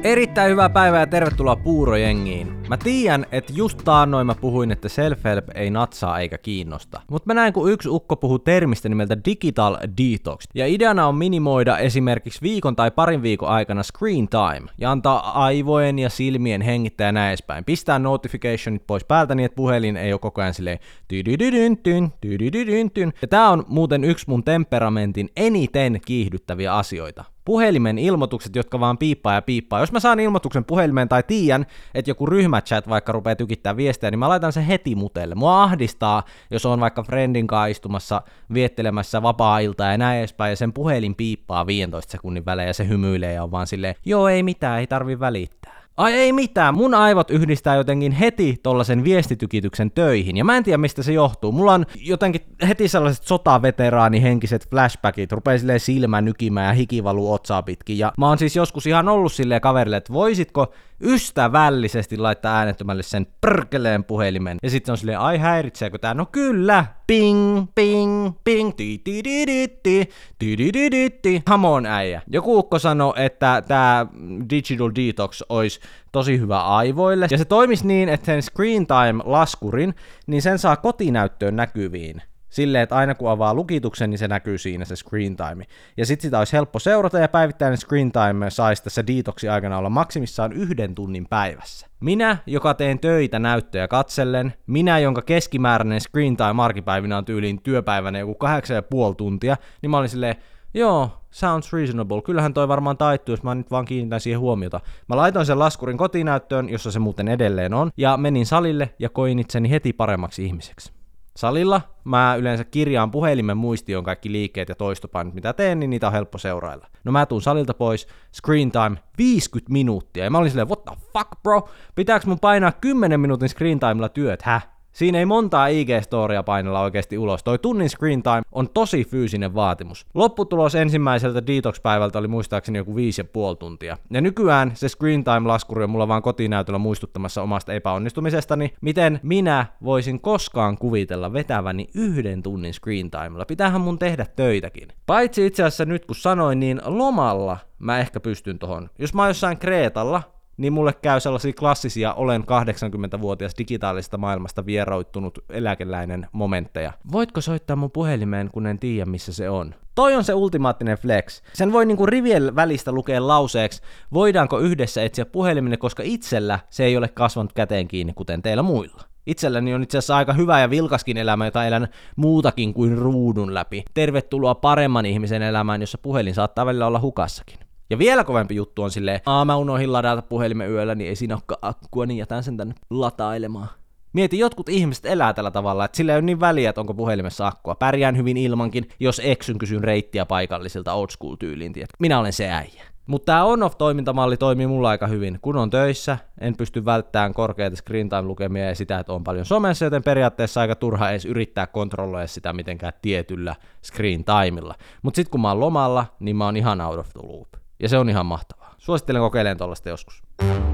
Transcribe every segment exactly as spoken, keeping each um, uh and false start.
Erittäin hyvää päivää ja tervetuloa Puurojengiin. Mä tiedän, että just taannoin mä puhuin, että self-help ei natsaa eikä kiinnosta. Mut mä näin, kun yksi ukko puhuu termistä nimeltä digital detox. Ja ideana on minimoida esimerkiksi viikon tai parin viikon aikana screen time. Ja antaa aivojen ja silmien hengittää ja näin edespäin. Pistää notificationit pois päältä niin, että puhelin ei ole koko ajan silleen tydydydyntyn, tydydydyntyn. Ja tää on muuten yksi mun temperamentin eniten kiihdyttäviä asioita. Puhelimen ilmoitukset, jotka vaan piippaa ja piippaa. Jos mä saan ilmoituksen puhelimeen tai tiedän, että joku ryhmächat vaikka rupeaa tykittää viestejä, niin mä laitan sen heti mutelle. Mua ahdistaa, jos on vaikka friendin kanssa istumassa viettelemässä vapaa-iltaa ja näin edespäin, ja sen puhelin piippaa viisitoista sekunnin välein ja se hymyilee ja on vaan silleen, joo ei mitään, ei tarvi välittää. Ai ei mitään, mun aivot yhdistää jotenkin heti tollasen viestitykityksen töihin, ja mä en tiedä mistä se johtuu. Mulla on jotenkin heti sellaiset sotaveteraanihenkiset flashbackit, rupee silleen silmä nykimään ja hiki valuu otsaa pitkin, ja mä oon siis joskus ihan ollut silleen kaverille, että voisitko ystävällisesti laittaa äänettömälle sen perkeleen puhelimen, ja sitten on silleen, ai häiritseekö tää? No kyllä, ping, ping, ping, ti ti ti ti ti ti ti ti ti ti. Come on äijä. Joku ukko sanoi, että tää digital detox olisi tosi hyvä aivoille, ja se toimisi niin, että sen screen time-laskurin, niin sen saa kotinäyttöön näkyviin. Silleen, että aina kun avaa lukituksen, niin se näkyy siinä se screen time. Ja sit sitä olisi helppo seurata, ja päivittäinen screen time saisi tässä detoxin aikana olla maksimissaan yhden tunnin päivässä. Minä, joka teen töitä näyttöjä katsellen, minä, jonka keskimääräinen screen time arkipäivinä on tyyliin työpäivänä joku kahdeksan ja puoli tuntia, niin mä olin silleen, joo, sounds reasonable. Kyllähän toi varmaan taittuu, jos mä nyt vaan kiinnitän siihen huomiota. Mä laitoin sen laskurin kotinäyttöön, jossa se muuten edelleen on, ja menin salille ja koin itseni heti paremmaksi ihmiseksi. Salilla mä yleensä kirjaan puhelimen muistioon kaikki liikkeet ja toistopainot, mitä teen, niin niitä on helppo seurailla. No mä tuun salilta pois, screen time viisikymmentä minuuttia, ja mä olin silleen, what the fuck bro, pitääkö mun painaa kymmenen minuutin screen timella työt, häh? Siinä ei montaa I G-storia painella oikeasti ulos. Toi tunnin screen time on tosi fyysinen vaatimus. Lopputulos ensimmäiseltä detox-päivältä oli muistaakseni joku viisi ja puoli tuntia. Ja nykyään se screen time-laskuri on mulla vaan kotinäytöllä muistuttamassa omasta epäonnistumisestani, miten minä voisin koskaan kuvitella vetäväni yhden tunnin screen timella. Pitäähän mun tehdä töitäkin. Paitsi itse asiassa nyt kun sanoin, niin lomalla mä ehkä pystyn tohon. Jos mä oon jossain Kreetalla, niin mulle käy sellaisia klassisia olen kahdeksankymmentävuotias digitaalisesta maailmasta vieroittunut eläkeläinen momentteja. Voitko soittaa mun puhelimeen, kun en tiedä missä se on? Toi on se ultimaattinen flex. Sen voi niinku rivien välistä lukea lauseeksi, voidaanko yhdessä etsiä puhelimenne, koska itsellä se ei ole kasvanut käteen kiinni, kuten teillä muilla. Itselläni on itse asiassa aika hyvä ja vilkaskin elämä, jota elän muutakin kuin ruudun läpi. Tervetuloa paremman ihmisen elämään, jossa puhelin saattaa välillä olla hukassakin. Ja vielä kovempi juttu on silleen, aa mä unohdin ladata puhelimen yöllä, niin ei siinä olekaan akkua, niin jätän sen tänne latailemaan. Mieti, jotkut ihmiset elää tällä tavalla, että sillä ei ole niin väliä, että onko puhelimessa akkua. Pärjään hyvin ilmankin, jos eksyn kysyn reittiä paikallisilta old school tyyliin, tiedät. Minä olen se äijä. Mutta tää on-off-toimintamalli toimii mulla aika hyvin. Kun on töissä, en pysty välttämään korkeita screen time-lukemia ja sitä, että on paljon somessa, joten periaatteessa aika turha edes yrittää kontrolloida sitä mitenkään tietyllä screen timella. Mutta sit kun mä oon lomalla, niin mä oon ihan out of the loop. Ja se on ihan mahtavaa. Suosittelen kokeilemaan tollaista joskus.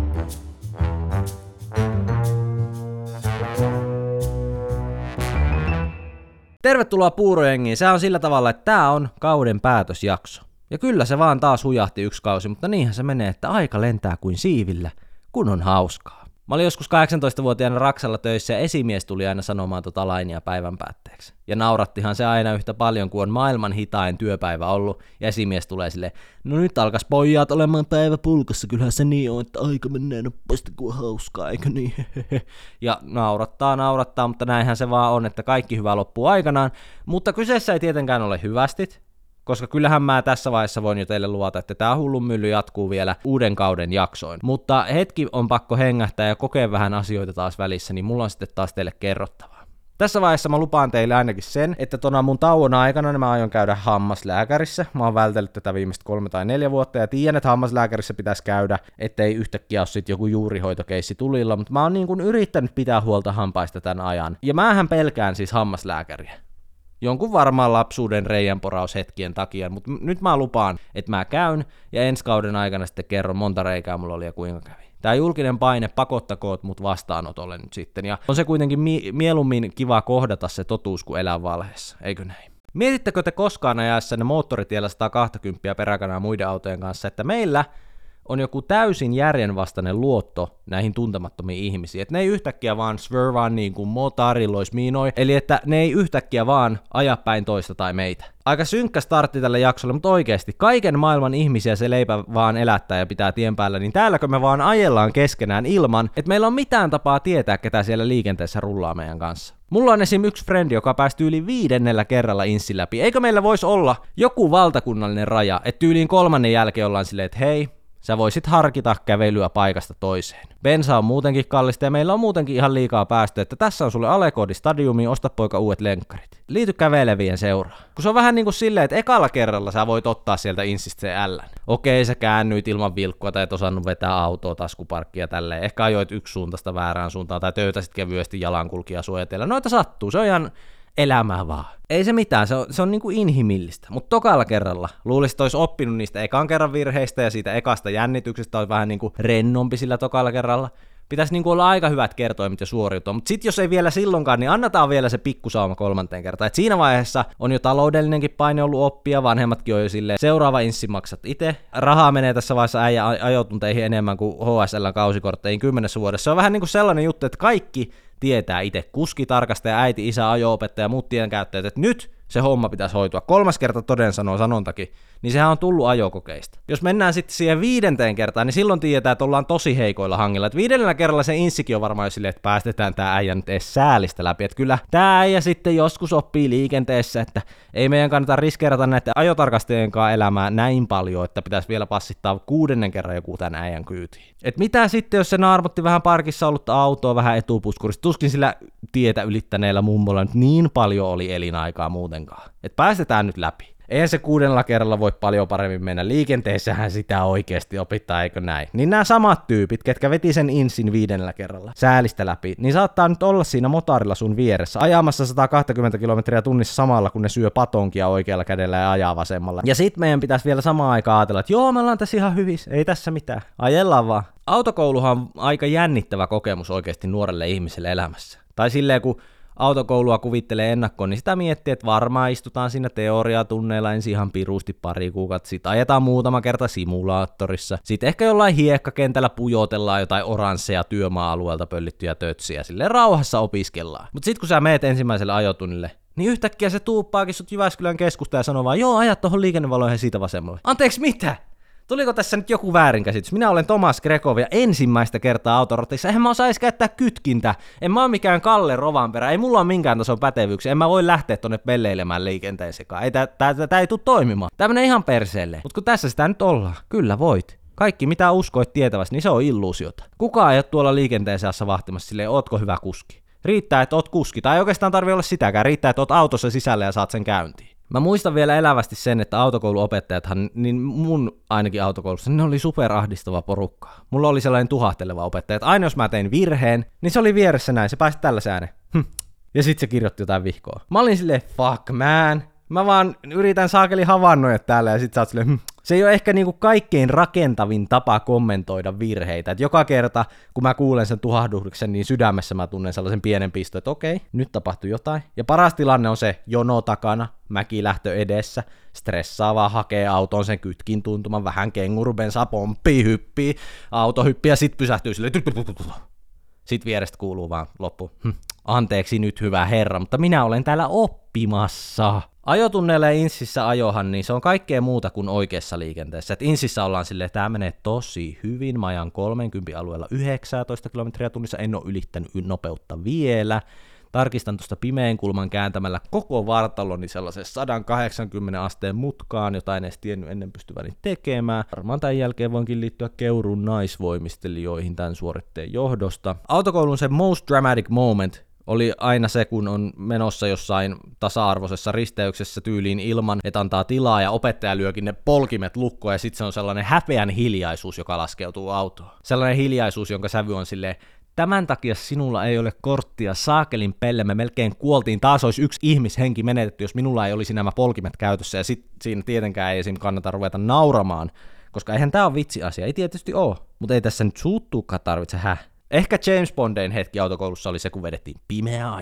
Tervetuloa Puurojengiin. Se on sillä tavalla, että tää on kauden päätösjakso. Ja kyllä se vaan taas hujahti yksi kausi, mutta niinhän se menee, että aika lentää kuin siivillä, kun on hauskaa. Mä olin joskus kahdeksantoistavuotiaana Raksalla töissä ja esimies tuli aina sanomaan tota lainia päivän päätteeksi. Ja naurattihan se aina yhtä paljon, kuin on maailman hitain työpäivä ollut, ja esimies tulee silleen, no nyt alkas pojat olemaan päivä pulkassa, kyllähän se niin on, että aika menee nopeasti kuin hauskaa, eikö niin? Ja naurattaa, naurattaa, mutta näinhän se vaan on, että kaikki hyvä loppuu aikanaan, mutta kyseessä ei tietenkään ole hyvästit, koska kyllähän mä tässä vaiheessa voin jo teille luvata, että tää hullun mylly jatkuu vielä uuden kauden jaksoin. Mutta hetki on pakko hengähtää ja kokea vähän asioita taas välissä, niin mulla on sitten taas teille kerrottavaa. Tässä vaiheessa mä lupaan teille ainakin sen, että tona mun tauon aikana mä aion käydä hammaslääkärissä. Mä oon vältellyt tätä viimeiset kolme tai neljä vuotta ja tiedän, että hammaslääkärissä pitäisi käydä, ettei yhtäkkiä ole sit joku juurihoitokeissi tulilla, mutta mä oon niin kuin yrittänyt pitää huolta hampaista tämän ajan. Ja mähän pelkään siis hammaslääkäriä. Jonkun varmaan lapsuuden reijänporaushetkien takia, mutta nyt mä lupaan, että mä käyn ja ensi kauden aikana sitten kerron monta reikää mulla oli ja kuinka kävi. Tää julkinen paine pakottakoot mut vastaanotolle nyt sitten, ja on se kuitenkin mi- mieluummin kiva kohdata se totuus, kuin elää valheessa, eikö näin? Mietittekö te koskaan ajaessanne moottoritiellä sata kaksikymmentä peräkanaa muiden autojen kanssa, että meillä on joku täysin järjenvastainen luotto näihin tuntemattomiin ihmisiin. Että ne ei yhtäkkiä vaan swervaa niin kuin motarillois miinoi, eli että ne ei yhtäkkiä vaan aja päin toista tai meitä. Aika synkkä startti tälle jaksolle, mutta oikeesti kaiken maailman ihmisiä se leipä vaan elättää ja pitää tien päällä, niin täälläkö me vaan ajellaan keskenään ilman, että meillä on mitään tapaa tietää, ketä siellä liikenteessä rullaa meidän kanssa. Mulla on esim. Yksi frendi, joka päästi yli viidennellä kerralla inssin läpi. Eikö meillä voisi olla joku valtakunnallinen raja, että tyyliin kolmannen jälkeen ollaan silleen, että hei, sä voisit harkita kävelyä paikasta toiseen. Bensa on muutenkin kallista ja meillä on muutenkin ihan liikaa päästöä, että tässä on sulle alekoodi stadiumiin, osta poika uudet lenkkarit. Liity kävelevien seuraan. Kun se on vähän niinku silleen, että ekalla kerralla sä voit ottaa sieltä insistä se L. Okei, sä käännyit ilman vilkkua tai et osannut vetää autoa taskuparkkia tälleen. Ehkä ajoit yksi suuntaista väärään suuntaan tai töytäsit kevyesti jalankulkija suojatella. Noita sattuu, se on ihan elämää vaan. Ei se mitään, se on, se on niinku inhimillistä. Mutta tokalla kerralla luulisin, että olisi oppinut niistä ekan kerran virheistä ja siitä ekasta jännityksestä olisi vähän niinku rennompi sillä tokalla kerralla. Pitäisi niinku olla aika hyvät kertoimet ja suoriutua, mutta sit jos ei vielä silloinkaan, niin annetaan vielä se pikkusauma kolmanteen kertaan. Et siinä vaiheessa on jo taloudellinenkin paine ollut oppia, vanhemmatkin on jo silleen, seuraava inssi maksat itse. Rahaa menee tässä vaiheessa äijä ajotunteihin enemmän kuin H S L:n kausikortteihin kymmenessä vuodessa. Se on vähän niinku sellainen juttu, että kaikki tietää itse, kuski, tarkastaja, äiti, isä, ajo-opettaja ja muut tienkäyttäjät, että nyt se homma pitäisi hoitua. Kolmas kerta toden sanoo sanontakin, niin sehän on tullut ajokokeista. Jos mennään sitten siihen viidenteen kertaan, niin silloin tiedetään, että ollaan tosi heikoilla hangilla. Et viidennellä kerralla se inssikin on varmaan jo silleen, että päästetään tää äijä nyt edes säälistä läpi. Että kyllä tää äijä sitten joskus oppii liikenteessä, että ei meidän kannata riskeerata näiden ajotarkastajien kanssa elämää näin paljon, että pitäisi vielä passittaa kuudennen kerran joku tän äijän kyytiin. Et mitä sitten, jos se naarmutti vähän parkissa ollutta autoa vähän etupuskurista, tuskin sillä tietä ylittäneellä mummolla nyt niin paljon oli elinaikaa muutenkaan. Et päästetään nyt läpi. Eihän se kuudennella kerralla voi paljon paremmin mennä. Liikenteessähän sitä oikeasti opittaa, eikö näin? Niin nämä samat tyypit, ketkä veti sen insin viidennellä kerralla säälistä läpi, niin saattaa nyt olla siinä motarilla sun vieressä, ajamassa sata kaksikymmentä kilometriä tunnissa samalla, kun ne syö patonkia oikealla kädellä ja ajaa vasemmalla. Ja sit meidän pitäisi vielä samaan aikaan ajatella, että joo, me ollaan tässä ihan hyvissä, ei tässä mitään, ajellaan vaan. Autokouluhan on aika jännittävä kokemus oikeasti nuorelle ihmiselle elämässä. Tai silleen, kun autokoulua kuvittelee ennakkoon, niin sitä miettii, että varmaan istutaan siinä teoriatunneilla ensin ihan pirusti pari kuukautta, sitten ajetaan muutama kerta simulaattorissa, sitten ehkä jollain hiekkakentällä pujotellaan jotain oransseja työmaa-alueelta pöllittyjä tötsiä, silleen rauhassa opiskellaan. Mutta sitten kun sä meet ensimmäiselle ajotunnille, niin yhtäkkiä se tuuppaakin sut Jyväskylän keskusta ja sanoo vaan, joo, ajat tohon liikennevaloihin siitä vasemmalle. Anteeksi, mitä? Tuliko tässä nyt joku väärinkäsitys? Minä olen Tomas Grekov ja ensimmäistä kertaa autoratissa. Eihän mä osaa edes käyttää kytkintä. En mä oo mikään Kalle Rovanperä. Ei mulla ole minkään tason pätevyyksiä. En mä voi lähteä tonne pelleilemään liikenteen sekaan. Ei tää, tää, tää, tää ei tuu toimimaan. Tää menee ihan perseelle. Mut kun tässä sitä nyt ollaan. Kyllä voit. Kaikki mitä uskoit tietävästi, niin se on illuusiota. Kukaan ei ole tuolla liikenteen seassa vahtimassa silleen, ootko hyvä kuski. Riittää, että oot kuski. Tai ei oikeastaan tarvi olla sitäkään. Riittää, että oot autossa sisällä ja saat sen käyntiin. Mä muistan vielä elävästi sen, että autokouluopettajathan, niin mun ainakin autokoulussa, ne oli superahdistava porukka. Mulla oli sellainen tuhahteleva opettaja, että aina jos mä tein virheen, niin se oli vieressä näin, se pääsi tällä ääneen. Hm. Ja sit se kirjoitti jotain vihkoa. Mä olin silleen, fuck man. Mä vaan yritän saakeli havainnoida täällä ja sit sä oot silleen, hm. Se ei ole ehkä niinku kaikkein rakentavin tapa kommentoida virheitä. Et joka kerta, kun mä kuulen sen tuhahduksen, niin sydämessä mä tunnen sellaisen pienen piston, että okei, nyt tapahtui jotain. Ja paras tilanne on se jono takana, mäkilähtö edessä, stressaavaa hakee auton sen kytkin tuntuman, vähän kengurubensaa, pomppii, hyppii, auto hyppii ja sit pysähtyy silleen. Sit vierestä kuuluu vaan loppu. Hm. Anteeksi nyt hyvä herra, mutta minä olen täällä oppimassa. Ajotunneilla ja insissä ajohan, niin se on kaikkea muuta kuin oikeassa liikenteessä. Et insissä ollaan silleen, että tää menee tosi hyvin. Mä ajan kolmekymmentä alueella yhdeksäntoista kilometriä tunnissa, en oo ylittänyt nopeutta vielä. Tarkistan tuosta pimeän kulman kääntämällä koko vartaloni sellaisen sata kahdeksankymmentä asteen mutkaan, jota en edes tiennyt ennen pystyväni tekemään. Varmaan tämän jälkeen voinkin liittyä Keuruun naisvoimistelijoihin tämän suoritteen johdosta. Autokoulun se most dramatic moment oli aina se, kun on menossa jossain tasa-arvoisessa risteyksessä tyyliin ilman, että antaa tilaa ja opettaja lyökin ne polkimet lukkoon ja sitten se on sellainen häpeän hiljaisuus, joka laskeutuu autoon. Sellainen hiljaisuus, jonka sävy on silleen, tämän takia sinulla ei ole korttia, saakelin pelle, me melkein kuoltiin, taas olisi yksi ihmishenki menetetty, jos minulla ei olisi nämä polkimet käytössä ja sit siinä tietenkään ei esim. Kannata ruveta nauramaan, koska eihän tää ole vitsiasia, ei tietysti oo, mutta ei tässä nyt suuttuukaan tarvitse, häh. Ehkä James Bondain hetki autokoulussa oli se, kun vedettiin pimeä ajo.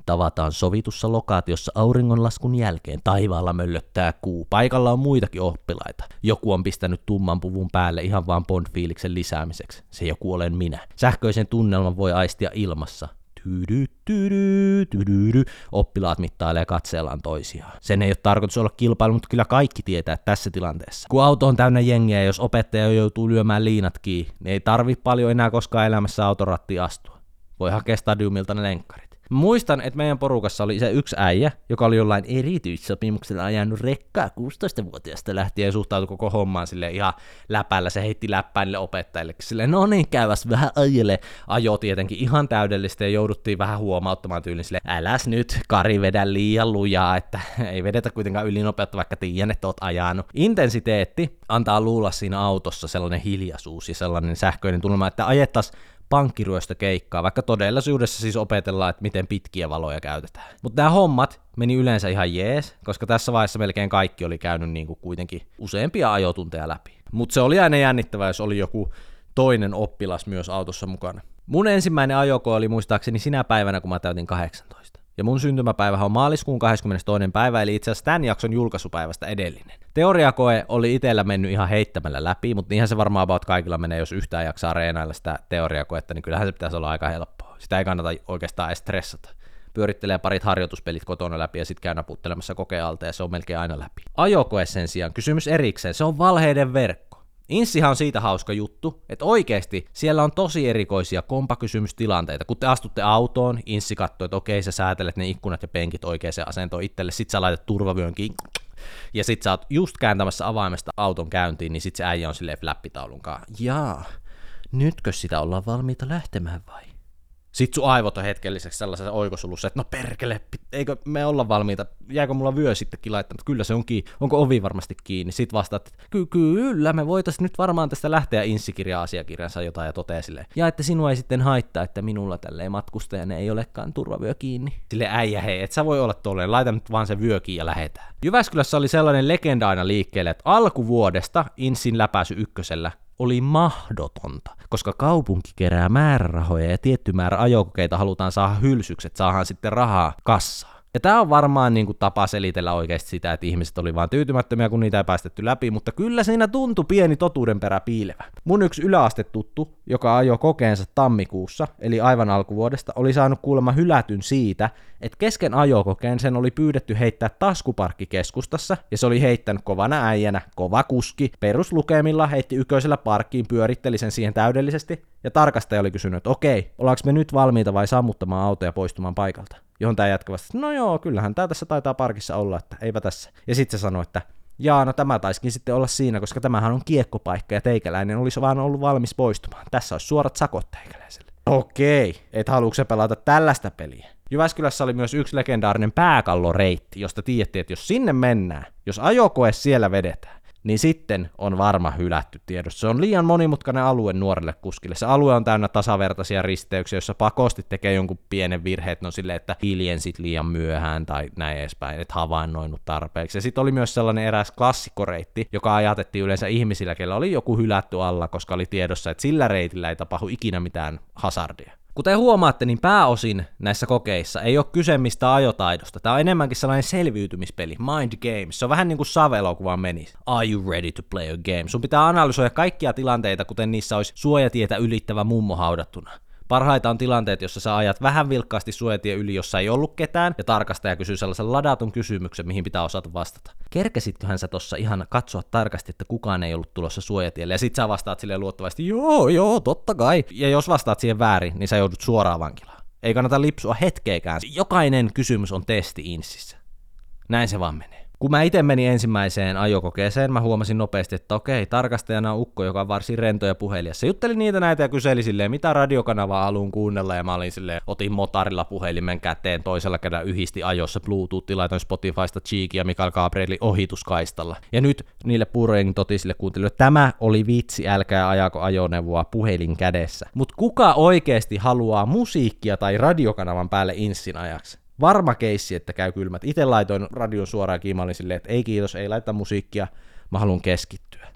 Tavataan sovitussa lokaatiossa auringonlaskun jälkeen. Taivaalla möllöttää kuu. Paikalla on muitakin oppilaita. Joku on pistänyt tumman puvun päälle ihan vaan Bond-fiiliksen lisäämiseksi. Se joku olen minä. Sähköisen tunnelman voi aistia ilmassa. Tydy, tydy, tydy. Oppilaat mittailee katseellaan toisiaan. Sen ei ole tarkoitus olla kilpailu, mutta kyllä kaikki tietää tässä tilanteessa. Kun auto on täynnä jengiä ja jos opettaja joutuu lyömään liinat kiinni, niin ei tarvi paljon enää koskaan elämässä autorattiin astua. Voi hakea stadiumilta ne lenkkarit. Muistan, että meidän porukassa oli se yksi äijä, joka oli jollain erityissopimuksella ajanut rekkaa kuusitoistavuotiaasta lähtien ja suhtautui koko hommaan silleen ihan läpällä. Se heitti läppää niille opettajille silleen, no niin, käyväs vähän ajele. Ajo tietenkin ihan täydellistä ja jouduttiin vähän huomauttamaan tyylin silleen, äläs nyt, Kari, vedä liian lujaa, että ei vedetä kuitenkaan ylinopeutta, vaikka tiedän, että oot ajanut. Intensiteetti antaa luulla siinä autossa sellainen hiljaisuus ja sellainen sähköinen tunnelma, että ajettaisiin pankkiryöstö keikkaa, vaikka todellisuudessa siis opetellaan, että miten pitkiä valoja käytetään. Mutta nämä hommat meni yleensä ihan jees, koska tässä vaiheessa melkein kaikki oli käynyt niinku kuitenkin useampia ajotunteja läpi. Mutta se oli aina jännittävää, jos oli joku toinen oppilas myös autossa mukana. Mun ensimmäinen ajokoe oli muistaakseni sinä päivänä, kun mä täytin kahdeksantoista. Ja mun syntymäpäivähän on maaliskuun kahdeskymmenestoinen päivä, eli itse asiassa tämän jakson julkaisupäivästä edellinen. Teoriakoe oli itsellä mennyt ihan heittämällä läpi, mutta niinhän se varmaan about kaikilla menee, jos yhtään jaksaa reenailla sitä teoriakoetta, niin kyllähän se pitäisi olla aika helppoa. Sitä ei kannata oikeastaan edes stressata. Pyörittelee parit harjoituspelit kotona läpi ja sitten käy naputtelemassa kokeen alta ja se on melkein aina läpi. Ajokoe sen sijaan, kysymys erikseen, se on valheiden verkko. Inssihan on siitä hauska juttu, että oikeesti siellä on tosi erikoisia kompakysymystilanteita. Kun te astutte autoon, Inssi katsoo, että okei, sä säätelet ne ikkunat ja penkit oikeaan asentoon itselle, sit sä laitat turvavyön kiinni, ja sit sä oot just kääntämässä avaimesta auton käyntiin, niin sit se äijä on silleen fläppitaulunkaan. Jaa, nytkö sitä ollaan valmiita lähtemään vai? Sit sun aivot on hetkelliseksi sellaisessa oikosulussa, että no perkele, eikö me olla valmiita, jääkö mulla vyö sittenkin laittanut, kyllä se on kiinni, onko ovi varmasti kiinni, sit vastaat, että ky- kyllä, me voitais nyt varmaan tästä lähteä Inssikirja-asiakirjansa jotain ja toteaa silleen, ja että sinua ei sitten haittaa, että minulla tälleen matkustajana ei olekaan turvavyö kiinni. Sille äijä, hei, et sä voi olla tolleen, laita nyt vaan se vyö kiinni ja lähetään. Jyväskylässä oli sellainen legenda aina liikkeelle, että alkuvuodesta Inssin läpäisy ykkösellä oli mahdotonta, koska kaupunki kerää määrärahoja ja tietty määrä ajokokeita halutaan saada hylsykset, saadaan sitten rahaa kassaan. Ja tää on varmaan niinku tapa selitellä oikeasti sitä, että ihmiset oli vaan tyytymättömiä, kun niitä ei päästetty läpi, mutta kyllä siinä tuntui pieni totuudenperä piilevä. Mun yksi yläastetuttu, joka ajoi kokeensa tammikuussa, eli aivan alkuvuodesta, oli saanut kuulemma hylätyn siitä, että kesken ajokokeen sen oli pyydetty heittää taskuparkki keskustassa, ja se oli heittänyt kovana äijänä, kova kuski, peruslukemilla heitti yköisellä parkkiin, pyöritteli sen siihen täydellisesti, ja tarkastaja oli kysynyt, että okei, ollaanko me nyt valmiita vai sammuttamaan autoja poistumaan paikalta? Johon tää jätkä vastasi, no joo, kyllähän tää tässä taitaa parkissa olla, että eipä tässä. Ja sitten se sanoi, että jaa, no tämä taisikin sitten olla siinä, koska tämähän on kiekkopaikka ja teikäläinen olisi vaan ollut valmis poistumaan. Tässä olisi suorat sakot teikäläiselle. Okei, et haluuko se pelata tällaista peliä? Jyväskylässä oli myös yksi legendaarinen pääkalloreitti, josta tiedettiin, että jos sinne mennään, jos ajokoe siellä vedetään, niin sitten on varma hylätty tiedosto. Se on liian monimutkainen alue nuorelle kuskille. Se alue on täynnä tasavertaisia risteyksiä, jossa pakosti tekee jonkun pienen virheen, no silleen, että hiljensit liian myöhään tai näin edespäin, et havainnoinut tarpeeksi. Ja sitten oli myös sellainen eräs klassikkoreitti, joka ajatettiin yleensä ihmisillä, kellä oli joku hylätty alla, koska oli tiedossa, että sillä reitillä ei tapahdu ikinä mitään hazardia. Kuten huomaatte, niin pääosin näissä kokeissa ei ole kyse mistään ajotaidosta. Tämä on enemmänkin sellainen selviytymispeli, mind games. Se on vähän niin kuin Save-elokuvaan menisi. Are you ready to play a game? Sun pitää analysoida kaikkia tilanteita, kuten niissä olisi suojatietä ylittävä mummo haudattuna. Parhaita on tilanteet, jossa sä ajat vähän vilkkaasti suojatie yli, jossa ei ollut ketään, ja tarkastaja kysyy sellaisen ladatun kysymyksen, mihin pitää osata vastata. Kerkesitköhän sä tossa ihan katsoa tarkasti, että kukaan ei ollut tulossa suojatielle, ja sit sä vastaat silleen luottavasti, joo, joo, totta kai. Ja jos vastaat siihen väärin, niin sä joudut suoraan vankilaan. Ei kannata lipsua hetkeäkään. Jokainen kysymys on testi Inssissä. Näin se vaan menee. Kun mä itse menin ensimmäiseen ajokokeeseen, mä huomasin nopeasti, että okei, tarkastajana on ukko, joka on varsin rento ja puhelijassa. Juttelin niitä näitä ja kyseli silleen, mitä radiokanavaa haluan kuunnella, ja mä olin silleen, otin motarilla puhelimen käteen, toisella kädellä yhdisti ajossa Bluetooth, laitoin Spotifysta Cheekia ja Mikael Gabrielin ohituskaistalla. Ja nyt niille puurojen totisille kuuntelijoille, että tämä oli vitsi, älkää ajako ajoneuvoa puhelin kädessä. Mut kuka oikeesti haluaa musiikkia tai radiokanavan päälle Inssin ajaksi? Varma keissi, että käy kylmät. Itse laitoin radion suoraan kiinni, mä olin silleen, että ei kiitos, ei laita musiikkia, mä haluan keskittyä.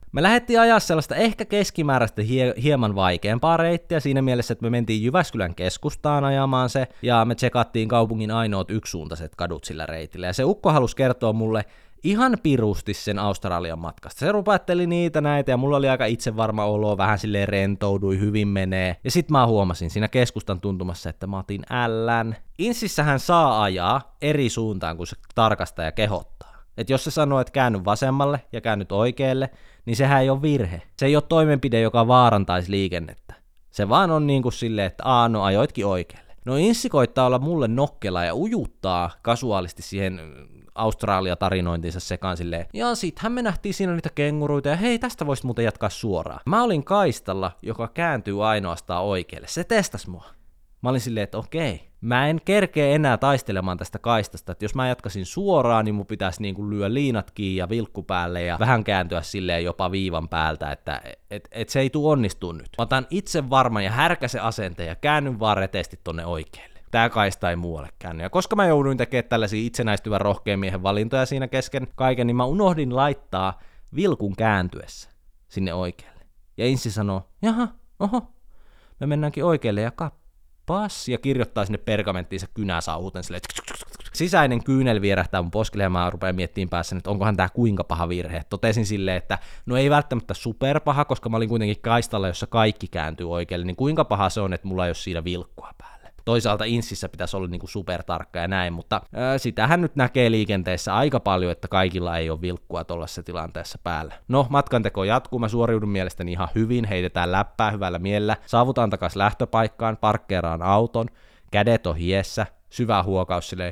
Me lähdettiin ajaa sellaista ehkä keskimääräistä hie- hieman vaikeampaa reittiä siinä mielessä, että me mentiin Jyväskylän keskustaan ajamaan se, ja me tsekattiin kaupungin ainoat yksisuuntaiset kadut sillä reitillä, ja se ukko halusi kertoa mulle ihan pirusti sen Australian matkasta. Se rupatteli niitä näitä, ja mulla oli aika itsevarma olo, vähän silleen rentoudui, hyvin menee, ja sit mä huomasin siinä keskustan tuntumassa, että mä otin ällän. Insissähän saa ajaa eri suuntaan, kun se tarkastaja kehottaa. Että jos se sanoo, että käänny vasemmalle ja käännyt oikealle, niin sehän ei ole virhe. Se ei ole toimenpide, joka vaarantaisi liikennettä. Se vaan on niin kuin silleen, että aa, no ajoitkin oikealle. No Inssi koittaa olla mulle nokkela ja ujuttaa kasuaalisti siihen Australia-tarinointinsa sekaan silleen, ja sittenhän me nähtiin siinä niitä kenguruita, ja hei, tästä voisit muuten jatkaa suoraan. Mä olin kaistalla, joka kääntyy ainoastaan oikealle. Se testas mua. Mä olin silleen, että okei, mä en kerkeä enää taistelemaan tästä kaistasta, että jos mä jatkasin suoraan, niin mun pitäisi niinku lyö liinat kiinni ja vilkku päälle ja vähän kääntyä silleen jopa viivan päältä, että et, et se ei tuu onnistua nyt. Mä otan itse varman ja härkäsen asenteen ja käännyn vaan reteesti tonne oikealle. Tää kaista ei muualle käänny. Ja koska mä jouduin tekemään tällaisia itsenäistyvän rohkean miehen valintoja siinä kesken kaiken, niin mä unohdin laittaa vilkun kääntyessä sinne oikealle. Ja Inssi sanoo, jaha, oho, me mennäänkin oikealle ja kap. Pass, ja kirjoittaa sinne pergamenttiinsa kynäsauhuten silleen, sisäinen kyynel vierähtää mun poskelle, ja mä rupean miettimään päässä, että onkohan tää kuinka paha virhe. Totesin silleen, että no ei välttämättä superpaha, koska mä olin kuitenkin kaistalla, jossa kaikki kääntyy oikealle, niin kuinka paha se on, että mulla ei ole siinä vilkkua päällä. Toisaalta Inssissä pitäisi olla niinku supertarkka ja näin, mutta ää, sitähän nyt näkee liikenteessä aika paljon, että kaikilla ei ole vilkkua tuollaisessa tilanteessa päällä. No, matkanteko jatkuu, mä suoriudun mielestäni ihan hyvin, heitetään läppää hyvällä mielellä, saavutaan takas lähtöpaikkaan, parkkeeraan auton, kädet on hiessä, syvä huokaus silleen,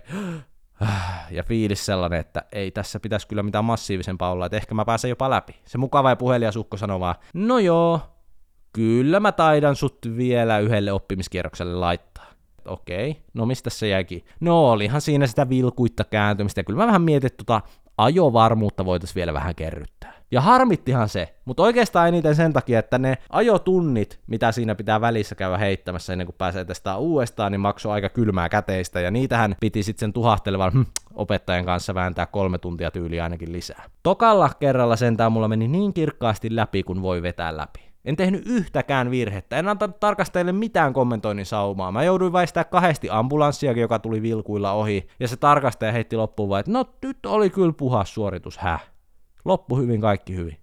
ja fiilis sellainen, että ei tässä pitäisi kyllä mitään massiivisempaa olla, että ehkä mä pääsen jopa läpi. Se mukava ja puhelias ukko sanoo vaan, no joo, kyllä mä taidan sut vielä yhdelle oppimiskierrokselle laittaa. Okei, no mistä se jäikin? No olihan siinä sitä vilkuitta kääntymistä, ja kyllä mä vähän mietin, että tota ajovarmuutta voitaisiin vielä vähän kerryttää. Ja harmittihan se, mutta oikeastaan eniten sen takia, että ne ajotunnit, mitä siinä pitää välissä käydä heittämässä ennen kuin pääsee testaa uudestaan, niin maksoi aika kylmää käteistä, ja niitähän piti sitten sen tuhahtelevan hm, opettajan kanssa vääntää kolme tuntia tyyliä ainakin lisää. Tokalla kerralla sentään mulla meni niin kirkkaasti läpi, kun voi vetää läpi. En tehnyt yhtäkään virhettä, en antanut tarkastajille mitään kommentoinnin saumaa. Mä jouduin väistää kahdesti ambulanssiakin, joka tuli vilkuilla ohi, ja se tarkastaja heitti loppuun vaan, että no nyt oli kyllä puhas suoritus, häh. Loppu hyvin, kaikki hyvin.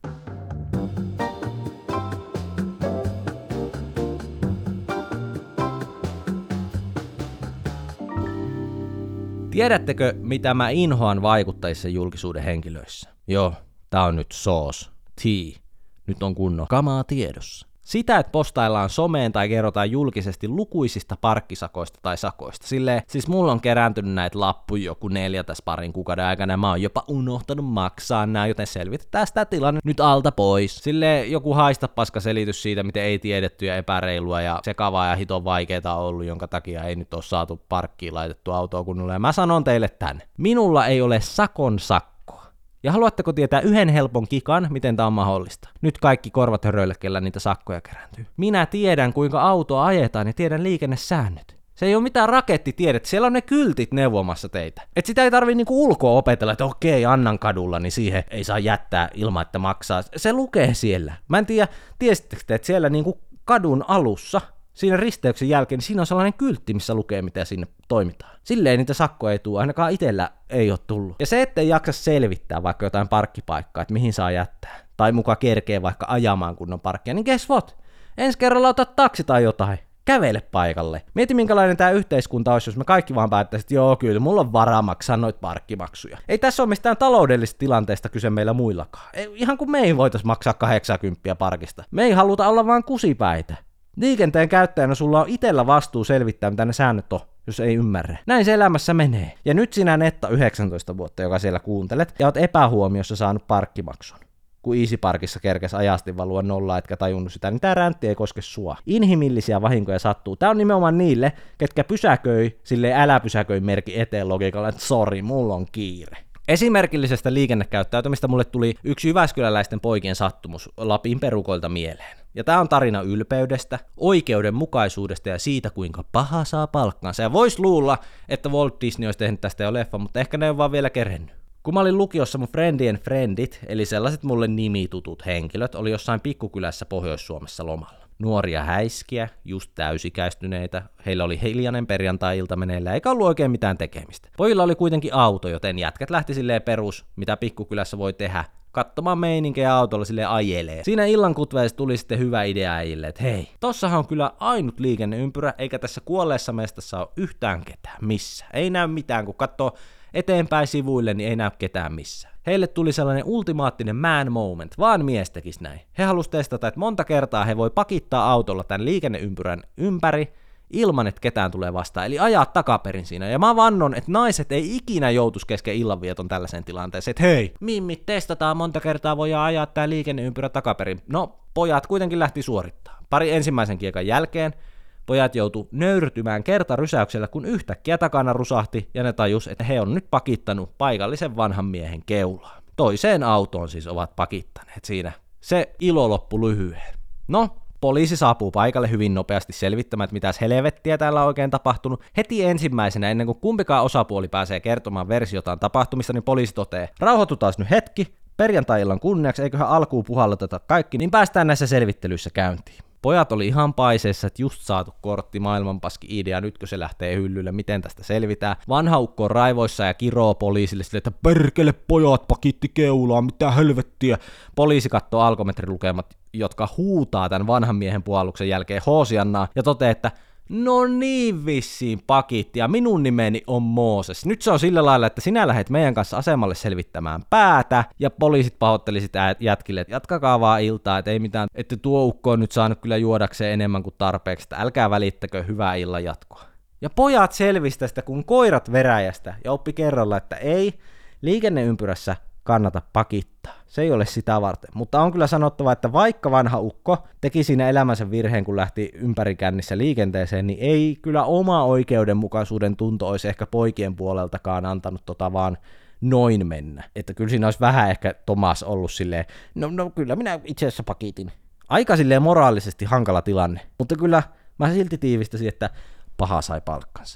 Tiedättekö, mitä mä inhoan vaikuttajissa julkisuuden henkilöissä? Joo, tää on nyt soos, tea. Nyt on kunnon kamaa tiedossa. Sitä, että postaillaan someen tai kerrotaan julkisesti lukuisista parkkisakoista tai sakoista. Silleen, siis mulla on kerääntynyt näitä lappuja joku neljä tässä parin kuukauden aikana, ja mä oon jopa unohtanut maksaa nää, joten selvitetään sitä tilanne nyt alta pois. Silleen joku haista paska selitys siitä, miten ei tiedetty ja epäreilua ja sekavaa ja hiton vaikeeta on ollut, jonka takia ei nyt ole saatu parkkiin laitettu autoa kunnolla. Ja mä sanon teille tän. Minulla ei ole sakon sakko. Ja haluatteko tietää yhden helpon kikan, miten tämä on mahdollista? Nyt kaikki korvat höröille, kellä niitä sakkoja kerääntyy. Minä tiedän, kuinka autoa ajetaan ja tiedän liikennesäännöt. Se ei ole mitään rakettitiedettä, siellä on ne kyltit neuvomassa teitä. Et sitä ei tarvii niinku ulkoa opetella, että okei, Annan kadulla, niin siihen ei saa jättää ilman, että maksaa. Se lukee siellä. Mä en tiedä, tiesittekö te, että siellä niinku kadun alussa, siinä risteyksen jälkeen, niin siinä on sellainen kyltti, missä lukee, mitä sinne toimitaan. Silleen niitä sakkoja ei tule, ainakaan itsellä ei ole tullut. Ja se, ettei jaksa selvittää vaikka jotain parkkipaikkaa, että mihin saa jättää, tai muka kerkee vaikka ajamaan kunnon parkkia, niin guess what? Ensi kerralla ota taksi tai jotain. Kävele paikalle. Mieti, minkälainen tämä yhteiskunta olisi, jos me kaikki vaan päättäisiin, että joo, kyllä, mulla on varaa maksaa noita parkkimaksuja. Ei tässä ole mistään taloudellisesta tilanteesta kyse meillä muillakaan. Ei, ihan kuin me ei voitaisiin maksaa kahdeksankymmentä parkista. Me ei haluta olla vaan kusipäitä. Liikenteen käyttäjänä sulla on itellä vastuu selvittää, mitä ne säännöt on, jos ei ymmärrä. Näin se elämässä menee. Ja nyt sinä Netta yhdeksäntoista vuotta, joka siellä kuuntelet, ja oot epähuomiossa saanut parkkimaksun. Kun Easy Parkissa kerkes ajasti valua nollaa, etkä tajunnut sitä, niin tää räntti ei koske sua. Inhimillisiä vahinkoja sattuu. Tää on nimenomaan niille, ketkä pysäköi silleen älä pysäköi merkki eteen logiikalla, että sori, mulla on kiire. Esimerkillisestä liikennekäyttäytymistä mulle tuli yksi jyväskyläläisten poikien sattumus Lapin perukoilta mieleen. Ja tää on tarina ylpeydestä, oikeudenmukaisuudesta ja siitä, kuinka paha saa palkkansa. Ja vois luulla, että Walt Disney olisi tehnyt tästä jo leffa, mutta ehkä ne on vaan vielä kerennyt. Kun mä olin lukiossa, mun friendien friendit, eli sellaiset mulle nimitutut henkilöt, oli jossain pikkukylässä Pohjois-Suomessa lomalla. Nuoria häiskiä, just täysikäistyneitä, heillä oli hiljainen perjantai-ilta meneillä, eikä ollut oikein mitään tekemistä. Pojilla oli kuitenkin auto, joten jätkät lähti silleen perus, mitä pikkukylässä voi tehdä, katsomaan meininkejä autolla silleen ajelee. Siinä illan kutveessa tuli sitten hyvä idea äijille, että hei, tossahan on kyllä ainut liikenneympyrä, eikä tässä kuolleessa mestassa ole yhtään ketään missä. Ei näy mitään, kun katsoo eteenpäin sivuille, niin ei näy ketään missään. Heille tuli sellainen ultimaattinen man moment, vaan mies tekisi näin. He halusi testata, että monta kertaa he voi pakittaa autolla tämän liikenneympyrän ympäri, ilman että ketään tulee vastaan, eli ajaa takaperin siinä. Ja mä vannon, että naiset ei ikinä joutuisi kesken illanvieton tällaiseen tilanteeseen, että hei, mimmit, testataan monta kertaa, voidaan ajaa tää liikenneympyrä takaperin. No, pojat kuitenkin lähti suorittaa. Pari ensimmäisen kiekan jälkeen pojat joutu nöyrtymään kertarysäyksellä, kun yhtäkkiä takana rusahti, ja ne tajus, että he on nyt pakittanut paikallisen vanhan miehen keulaa. Toiseen autoon siis ovat pakittaneet siinä. Se ilo loppu lyhyen. No, poliisi saapuu paikalle hyvin nopeasti selvittämään, että mitäs helvettiä täällä on oikein tapahtunut. Heti ensimmäisenä, ennen kuin kumpikaan osapuoli pääsee kertomaan versiotaan tapahtumista, niin poliisi toteaa, rauhoitutaan nyt hetki, perjantai-illan kunniaksi, eiköhän alkuun puhalloteta kaikki, niin päästään näissä selvittelyissä käyntiin. Pojat oli ihan paiseessa, että just saatu kortti maailmanpaski idea, nytkö se lähtee hyllylle, miten tästä selvitään. Vanha ukko on raivoissa ja kiroo poliisille sille, että perkele pojat pakitti keulaa, mitä helvettiä. Poliisi katsoo alkometrilukemat, jotka huutaa tämän vanhan miehen puhalluksen jälkeen hoosiannaa ja toteaa, että no niin vissiin pakitti ja minun nimeni on Mooses. Nyt se on sillä lailla, että sinä lähdet meidän kanssa asemalle selvittämään päätä ja poliisit pahoitteli sitä jätkille, että jatkakaa vaan iltaa, että ei mitään, että tuo ukko on nyt saanut kyllä juodakseen enemmän kuin tarpeeksi, että älkää välittäkö, hyvää illan jatkoa. Ja pojat selvistä sitä kuin koirat veräjästä ja oppi kerralla, että ei liikenneympyrässä kannata pakittaa. Se ei ole sitä varten, mutta on kyllä sanottava, että vaikka vanha ukko teki siinä elämänsä virheen, kun lähti ympärikännissä liikenteeseen, niin ei kyllä oma oikeudenmukaisuuden tunto olisi ehkä poikien puoleltakaan antanut tota vaan noin mennä. Että kyllä siinä olisi vähän ehkä Tomas ollut silleen, no, no kyllä minä itse asiassa pakitin. Aika silleen moraalisesti hankala tilanne, mutta kyllä mä silti tiivistäisin, että paha sai palkkansa.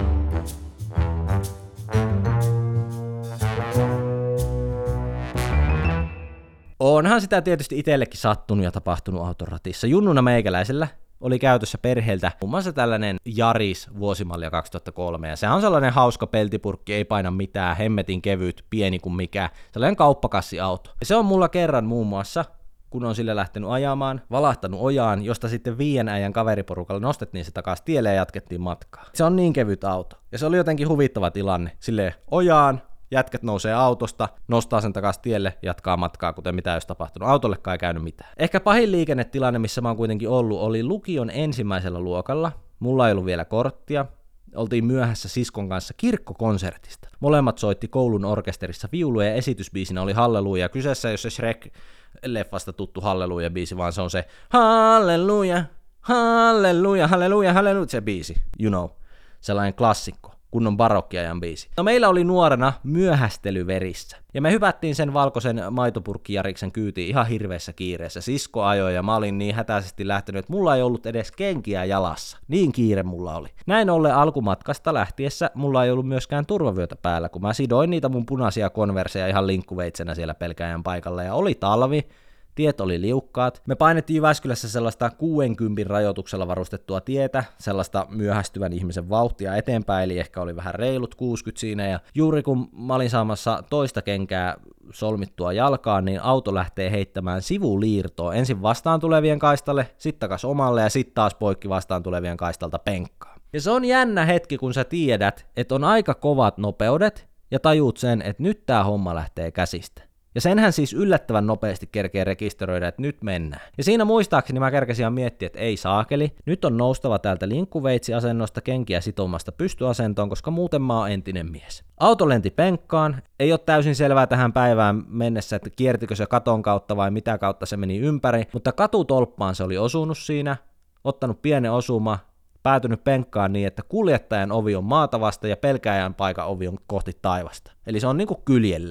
Onhan sitä tietysti itsellekin sattunut ja tapahtunut autoratissa. Junnuna meikäläisellä oli käytössä perheeltä muun muassa tällainen Yaris vuosimallia kaksituhattakolme, ja se on sellainen hauska peltipurkki, ei paina mitään, hemmetin kevyt, pieni kuin mikä, sellainen kauppakassiauto. Ja se on mulla kerran muun muassa, kun on sille lähtenyt ajamaan, valahtanut ojaan, josta sitten viien äijän kaveriporukalla nostettiin se takaisin tielle ja jatkettiin matkaa. Se on niin kevyt auto, ja se oli jotenkin huvittava tilanne, silleen ojaan, jätkät nousee autosta, nostaa sen takaisin tielle, jatkaa matkaa, kuten mitä ei olisi tapahtunut. Autollekaan ei käynyt mitään. Ehkä pahin liikennetilanne, missä mä oon kuitenkin ollut, oli lukion ensimmäisellä luokalla. Mulla ei ollut vielä korttia. Oltiin myöhässä siskon kanssa kirkkokonsertista. Molemmat soitti koulun orkesterissa viuluja ja esitysbiisinä oli Halleluja. Kyseessä ei ole se Shrek-leffasta tuttu Halleluja-biisi, vaan se on se Halleluja, Halleluja, Halleluja, Halleluja, se biisi, you know, sellainen klassikko. Kunnon barokkiajan biisi. No meillä oli nuorena myöhästely verissä. Ja me hypättiin sen valkoisen maitopurkkijariksen kyytiin ihan hirveässä kiireessä. Sisko ajoi ja mä olin niin hätäisesti lähtenyt, että mulla ei ollut edes kenkiä jalassa. Niin kiire mulla oli. Näin ollen alkumatkasta lähtiessä mulla ei ollut myöskään turvavyötä päällä, kun mä sidoin niitä mun punaisia konverseja ihan linkkuveitsenä siellä pelkäjän paikalla. Ja oli talvi. Tiet oli liukkaat. Me painettiin Jyväskylässä sellaista kuudenkymmenen rajoituksella varustettua tietä, sellaista myöhästyvän ihmisen vauhtia eteenpäin, eli ehkä oli vähän reilut kuusikymmentä siinä, ja juuri kun mä olin saamassa toista kenkää solmittua jalkaan, niin auto lähtee heittämään sivuliirtoa ensin vastaan tulevien kaistalle, sitten takas omalle, ja sitten taas poikki vastaan tulevien kaistalta penkkaan. Ja se on jännä hetki, kun sä tiedät, että on aika kovat nopeudet, ja tajuut sen, että nyt tää homma lähtee käsistä. Ja senhän siis yllättävän nopeasti kerkee rekisteröidä, että nyt mennään. Ja siinä muistaakseni mä kerkesin ihan miettiä, että ei saakeli, nyt on noustava täältä linkkuveitsiasennosta kenkiä sitomasta pystyasentoon, koska muuten mä oon entinen mies. Auto lenti penkkaan, ei ole täysin selvää tähän päivään mennessä, että kiertikö se katon kautta vai mitä kautta se meni ympäri, mutta katutolppaan se oli osunut siinä, ottanut pienen osuma, päätynyt penkkaan niin, että kuljettajan ovi on maata vasta ja pelkääjän paikan ovi on kohti taivasta. Eli se on niinku kyljellään.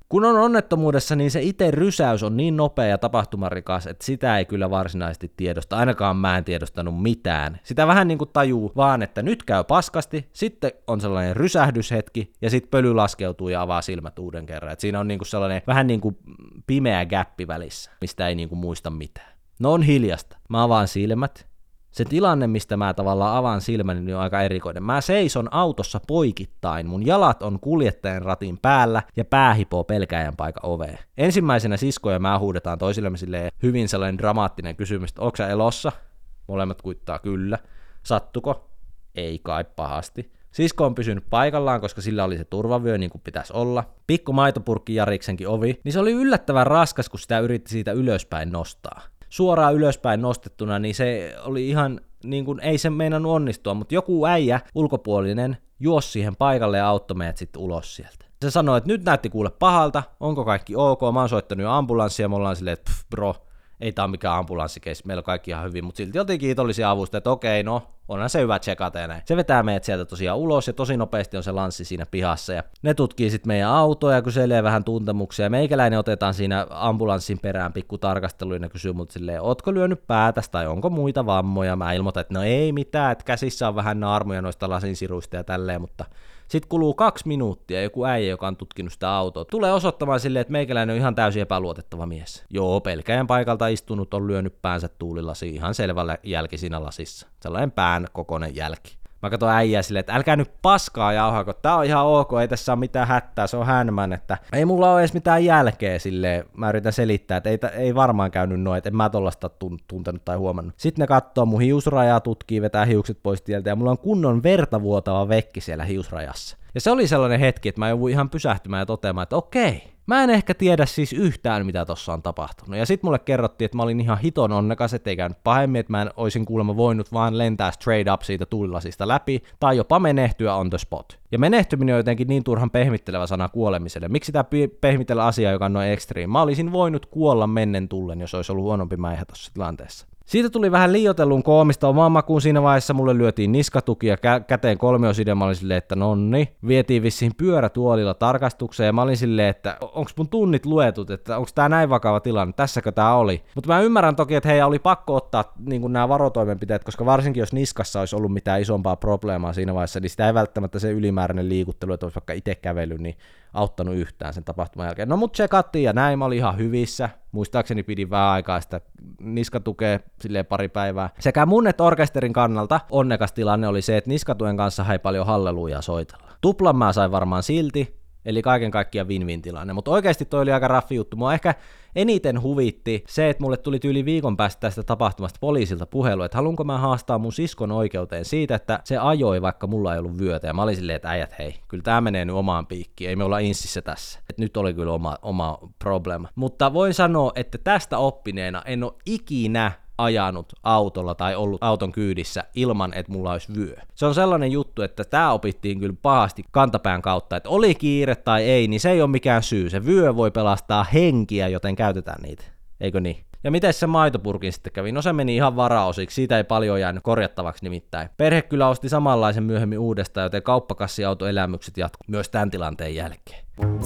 Kun on onnettomuudessa, niin se itse rysäys on niin nopea ja tapahtumarikas, että sitä ei kyllä varsinaisesti tiedosta. Ainakaan mä en tiedostanut mitään. Sitä vähän niin kuin tajuu vaan, että nyt käy paskasti, sitten on sellainen rysähdyshetki, ja sitten pöly laskeutuu ja avaa silmät uuden kerran. Et siinä on niin kuin sellainen vähän niin kuin pimeä gäppi välissä, mistä ei niin kuin muista mitään. No on hiljasta. Mä avaan silmät. Se tilanne, mistä mä tavallaan avaan silmäni, niin on aika erikoinen. Mä seison autossa poikittain, mun jalat on kuljettajan ratin päällä ja pää hipoo pelkääjän paikan oveen. Ensimmäisenä sisko ja mä huudetaan toisillemme silleen hyvin sellainen dramaattinen kysymys, että onko sä elossa? Molemmat kuittaa kyllä. Sattuko? Ei kai pahasti. Sisko on pysynyt paikallaan, koska sillä oli se turvavyö niin kuin pitäisi olla. Pikku maitopurkki Jariksenkin ovi, niin se oli yllättävän raskas, kun sitä yritti siitä ylöspäin nostaa. Suoraan ylöspäin nostettuna, niin se oli ihan, niin kuin ei se meinannut onnistua, mutta joku äijä, ulkopuolinen, juosi siihen paikalle ja auttoi meidät sitten ulos sieltä. Se sanoi, että nyt näytti kuule pahalta, onko kaikki ok, mä oon soittanut jo ambulanssia, ja me ollaan silleen, että pff, bro, ei tää ole mikään ambulanssikeissi, meillä on kaikki ihan hyvin, mutta silti oltiin kiitollisia avusta, että okei, no, onhan se hyvä tsekata ja näin. Se vetää meidät sieltä tosiaan ulos, ja tosi nopeasti on se lanssi siinä pihassa, ja ne tutkii sitten meidän autoa ja kyselee vähän tuntemuksia, ja meikäläinen otetaan siinä ambulanssin perään pikku tarkasteluun, ja kysyy mut silleen, ootko lyönyt päätäs, tai onko muita vammoja? Mä ilmoitan, että no ei mitään, että käsissä on vähän naarmuja noista lasinsiruista ja tälleen, mutta sitten kuluu kaksi minuuttia, joku äijä, joka on tutkinut sitä autoa, tulee osoittamaan silleen, että meikäläinen on ihan täysin epäluotettava mies. Joo, pelkäjän paikalta istunut on lyönyt päänsä tuulilasiin, ihan selvällä jälki siinä lasissa. Sellainen pään kokoinen jälki. Mä katson äijää silleen, että älkää nyt paskaa jauhako, tää on ihan ok, ei tässä ole mitään hätää, se on hänmän, että ei mulla ole edes mitään jälkeä silleen. Mä yritän selittää, että ei, ei varmaan käynyt noin, että en mä tollasta tuntenut tai huomannut. Sitten ne katsoo mun hiusrajaa, tutkii, vetää hiukset pois tieltä ja mulla on kunnon verta vuotava vekki siellä hiusrajassa. Ja se oli sellainen hetki, että mä jouduin ihan pysähtymään ja toteamaan, että okei, mä en ehkä tiedä siis yhtään, mitä tossa on tapahtunut. Ja sit mulle kerrottiin, että mä olin ihan hiton onnekas, ettei käynyt pahemmin, että mä en oisin kuulemma voinut vaan lentää straight up siitä tuulilasista läpi, tai jopa menehtyä on the spot. Ja menehtyminen on jotenkin niin turhan pehmittelevä sana kuolemiselle. Miksi sitä pehmitellä asiaa, joka on noin extreme? Mä olisin voinut kuolla mennen tullen, jos olisi ollut huonompi mäihä tossa tilanteessa. Siitä tuli vähän liioitellun koomista omaan makuun siinä vaiheessa, mulle lyötiin niskatuki ja kä- käteen kolmiosidea, mä olin silleen, että nonni, vietiin vissiin pyörätuolilla tarkastukseen ja mä olin silleen, että onks mun tunnit luetut, että onks tää näin vakava tilanne, tässäkö tää oli. Mutta mä ymmärrän toki, että heidän oli pakko ottaa niin nämä varotoimenpiteet, koska varsinkin jos niskassa olisi ollut mitään isompaa probleemaa siinä vaiheessa, niin sitä ei välttämättä se ylimääräinen liikuttelu, että olisi vaikka itse kävellyt, niin auttanut yhtään sen tapahtuman jälkeen. No mut tsekattiin ja näin, mä olin ihan hyvissä. Muistaakseni pidin vähän aikaa sitä niskatukea silleen pari päivää. Sekä mun että orkesterin kannalta onnekas tilanne oli se, että niskatuen kanssa ei paljon hallelujaa soitella. Tuplan mä sain varmaan silti, eli kaiken kaikkiaan win-win tilanne, mutta oikeasti toi oli aika raffi juttu. Mua ehkä eniten huvitti se, että mulle tuli yli viikon päästä tästä tapahtumasta poliisilta puhelu, että haluanko mä haastaa mun siskon oikeuteen siitä, että se ajoi, vaikka mulla ei ollut vyötä, ja mä olin silleen, että äijät hei, kyllä tää menee nyt omaan piikkiin, ei me olla insissä tässä. Et nyt oli kyllä oma, oma problema. Mutta voin sanoa, että tästä oppineena en ole ikinä ajanut autolla tai ollut auton kyydissä ilman, että mulla olisi vyö. Se on sellainen juttu, että tää opittiin kyllä pahasti kantapään kautta, että oli kiire tai ei, niin se ei ole mikään syy. Se vyö voi pelastaa henkiä, joten käytetään niitä. Eikö niin? Ja miten se maitopurkin sitten kävi? No se meni ihan varaosiksi, siitä ei paljon jäänyt korjattavaksi nimittäin. Perhe kyllä osti samanlaisen myöhemmin uudestaan, joten kauppakassiautoelämykset jatkuu myös tämän tilanteen jälkeen.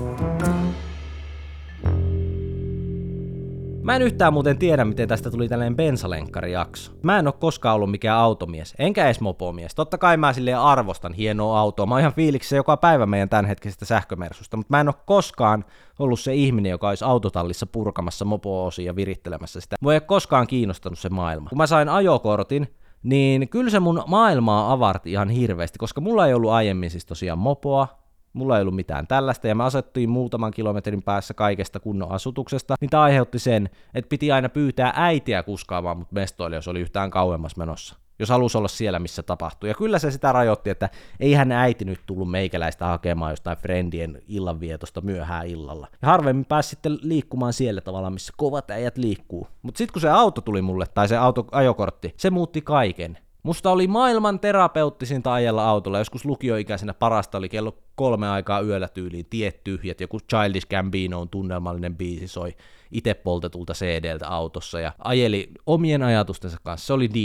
Mä en yhtään muuten tiedä, miten tästä tuli tällainen bensalenkkarijakso. Mä en oo koskaan ollut mikään automies, enkä edes mopomies. Totta kai mä silleen arvostan hienoa autoa. Mä oon ihan fiiliksissä joka päivä meidän tämänhetkisestä sähkömersusta, mutta mä en oo koskaan ollut se ihminen, joka olisi autotallissa purkamassa mopo-osia ja virittelemässä sitä. Mua ei ole koskaan kiinnostanut se maailma. Kun mä sain ajokortin, niin kyllä se mun maailmaa avarti ihan hirveästi, koska mulla ei ollut aiemmin siis tosiaan mopoa. Mulla ei ollut mitään tällaista, ja me asettiin muutaman kilometrin päässä kaikesta kunnon asutuksesta, niin tämä aiheutti sen, että piti aina pyytää äitiä kuskaamaan mut mestoille, jos oli yhtään kauemmas menossa. Jos halusi olla siellä, missä tapahtui. Ja kyllä se sitä rajoitti, että eihän äiti nyt tullut meikäläistä hakemaan jostain friendien illanvietosta myöhään illalla. Ja harvemmin pääsi sitten liikkumaan siellä tavalla, missä kovat äijät liikkuu. Mutta sitten kun se auto tuli mulle, tai se auto, ajokortti, se muutti kaiken. Musta oli maailman terapeuttisinta ajella autolla. Joskus lukioikäisenä parasta oli kello kolme aikaa yöllä tyyliin, tiet tyhjät, joku Childish Gambinoon tunnelmallinen biisi soi itse poltetulta C D:ltä autossa ja ajeli omien ajatustensa kanssa. Se oli deep.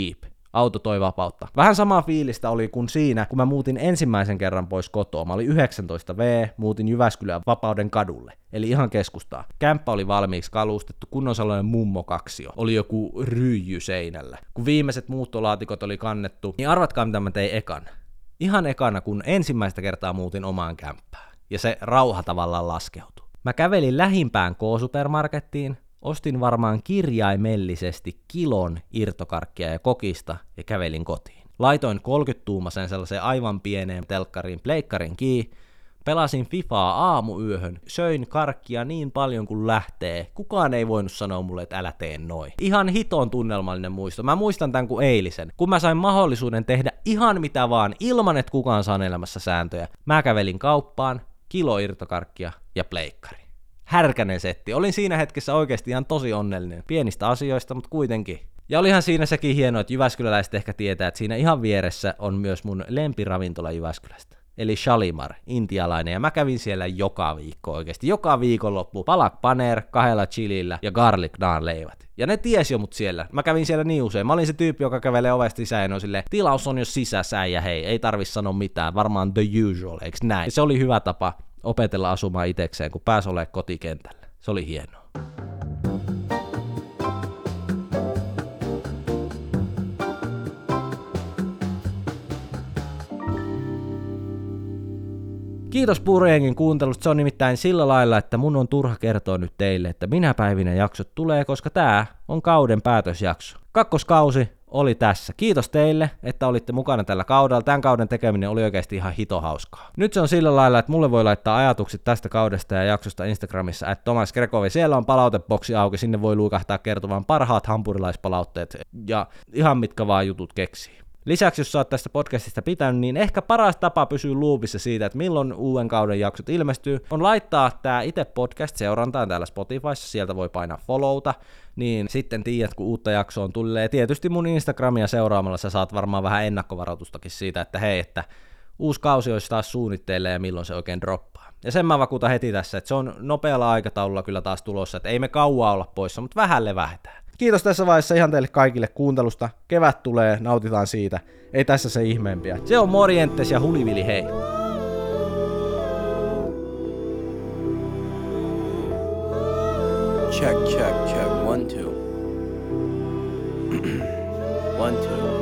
Auto toi vapautta. Vähän samaa fiilistä oli kuin siinä, kun mä muutin ensimmäisen kerran pois kotoa. Mä olin yhdeksäntoista vuotta, muutin Jyväskylän Vapauden kadulle, eli ihan keskustaa. Kämppä oli valmiiksi kalustettu, kunnon sellainen mummokaksio. Oli joku ryijy seinällä. Kun viimeiset muuttolaatikot oli kannettu, niin arvatkaa mitä mä tein ekan. Ihan ekana, kun ensimmäistä kertaa muutin omaan kämppään. Ja se rauha tavallaan laskeutui. Mä kävelin lähimpään K-supermarkettiin, ostin varmaan kirjaimellisesti kilon irtokarkkia ja kokista ja kävelin kotiin. Laitoin kolmekymmentä-tuumaisen sellaiseen aivan pieneen telkkariin pleikkarin kiinni, pelasin Fifaa aamuyöhön, söin karkkia niin paljon kuin lähtee. Kukaan ei voinut sanoa mulle, että älä tee noin. Ihan hiton tunnelmallinen muisto. Mä muistan tämän kuin eilisen. Kun mä sain mahdollisuuden tehdä ihan mitä vaan, ilman että kukaan saa elämässä sääntöjä. Mä kävelin kauppaan, kilo irtokarkkia ja pleikkari. Härkänen setti. Olin siinä hetkessä oikeasti ihan tosi onnellinen. Pienistä asioista, mutta kuitenkin. Ja olihan siinä sekin hienoa, että jyväskyläläiset ehkä tietää, että siinä ihan vieressä on myös mun lempiravintola Jyväskylästä. Eli Shalimar, intialainen, ja mä kävin siellä joka viikko oikeesti. Joka viikonloppu palak paneer, kahdella chilillä ja garlic naan leivät. Ja ne tiesi jo mut siellä. Mä kävin siellä niin usein. Mä olin se tyyppi, joka kävelee ovesta sisään ja on silleen, tilaus on jo sisässä ja hei, ei tarvi sanoa mitään. Varmaan the usual, eiks näin? Ja se oli hyvä tapa opetella asumaan itekseen, kun pääsi olemaan kotikentällä. Se oli hienoa. Kiitos Puurojengin kuuntelusta, se on nimittäin sillä lailla, että mun on turha kertoa nyt teille, että minä päivinä jaksot tulee, koska tää on kauden päätösjakso. Kakkoskausi oli tässä. Kiitos teille, että olitte mukana tällä kaudella. Tämän kauden tekeminen oli oikeasti ihan hito hauskaa. Nyt se on sillä lailla, että mulle voi laittaa ajatukset tästä kaudesta ja jaksosta Instagramissa, että Tomas Grekovi. Siellä on palauteboksi auki, sinne voi luukahtaa kertomaan parhaat hampurilaispalautteet ja ihan mitkä vaan jutut keksii. Lisäksi, jos sä oot tästä podcastista pitänyt, niin ehkä paras tapa pysyä loopissa siitä, että milloin uuden kauden jaksot ilmestyy, on laittaa tää itse podcast seurantaan täällä Spotifyssa, sieltä voi painaa followta, niin sitten tiedät, kun uutta jaksoa on tullut. Ja tietysti mun Instagramia seuraamalla sä saat varmaan vähän ennakkovaroitustakin siitä, että hei, että uusi kausi olisi taas suunnitteilla ja milloin se oikein droppaa. Ja sen mä vakuutan heti tässä, että se on nopealla aikataululla kyllä taas tulossa, että ei me kauaa olla poissa, mutta vähän levähetään. Kiitos tässä vaiheessa ihan teille kaikille kuuntelusta. Kevät tulee, nautitaan siitä. Ei tässä se ihmeempiä. Se on morjentes ja hulivili hei! Check, check, check. One, two. One, two.